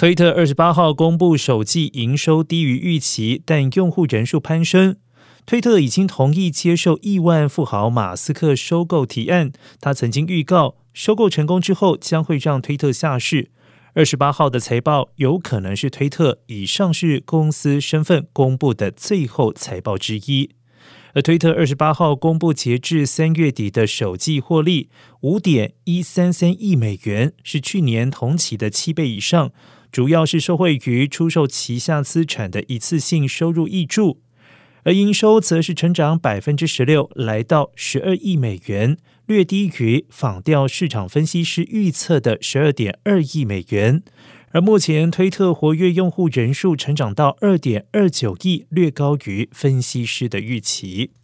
推特28号公布首季营收低于预期，但用户人数攀升。推特已经同意接受亿万富豪马斯克收购提案，他曾经预告收购成功之后将会让推特下市。28号的财报有可能是推特以上市公司身份公布的最后财报之一。而推特28号公布截至3月底的首季获利 5.133 亿美元，是去年同期的7倍以上，主要是受惠于出售旗下资产的一次性收入挹注。而营收则是成长 16%， 来到12亿美元，略低于仿调市场分析师预测的 12.2 亿美元。而目前推特活跃用户人数成长到 2.29 亿，略高于分析师的预期。